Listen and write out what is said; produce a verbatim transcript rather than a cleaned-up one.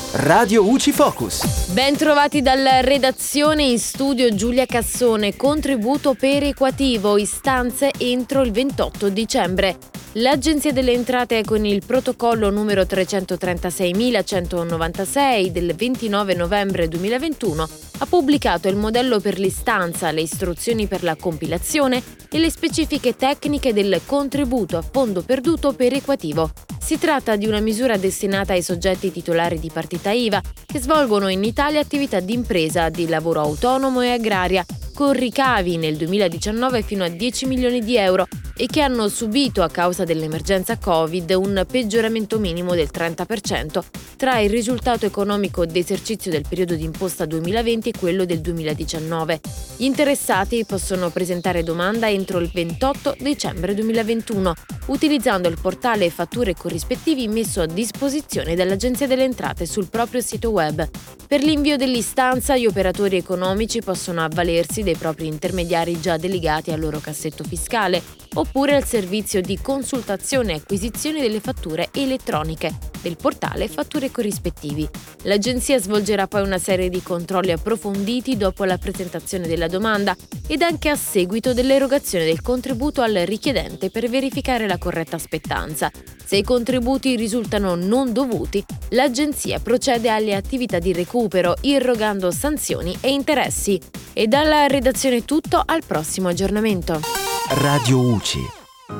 Radio U C I Focus. Ben trovati dalla redazione, in studio Giulia Cassone. Contributo perequativo, istanze entro il ventotto dicembre. L'Agenzia delle Entrate, con il protocollo numero trecentotrentasei del ventinove novembre duemilaventuno, ha pubblicato il modello per l'istanza, le istruzioni per la compilazione e le specifiche tecniche del contributo a fondo perduto perequativo. Si tratta di una misura destinata ai soggetti titolari di partita I V A che svolgono in Italia attività di impresa, di lavoro autonomo e agraria, con ricavi nel duemiladiciannove fino a dieci milioni di euro e che hanno subito, a causa dell'emergenza Covid, un peggioramento minimo del trenta per cento tra il risultato economico d'esercizio del periodo d'imposta duemilaventi e quello del duemiladiciannove. Gli interessati possono presentare domanda entro il ventotto dicembre duemilaventuno, utilizzando il portale fatture corrispettivi messo a disposizione dall'Agenzia delle Entrate sul proprio sito web. Per l'invio dell'istanza, gli operatori economici possono avvalersi dei propri intermediari già delegati al loro cassetto fiscale, oppure al servizio di consultazione e acquisizione delle fatture elettroniche del portale fatture corrispettivi. L'agenzia svolgerà poi una serie di controlli approfonditi dopo la presentazione della domanda ed anche a seguito dell'erogazione del contributo al richiedente per verificare la corretta spettanza. Se i contributi risultano non dovuti, l'agenzia procede alle attività di recupero, irrogando sanzioni e interessi. E dalla redazione è tutto, al prossimo aggiornamento. Radio U C I.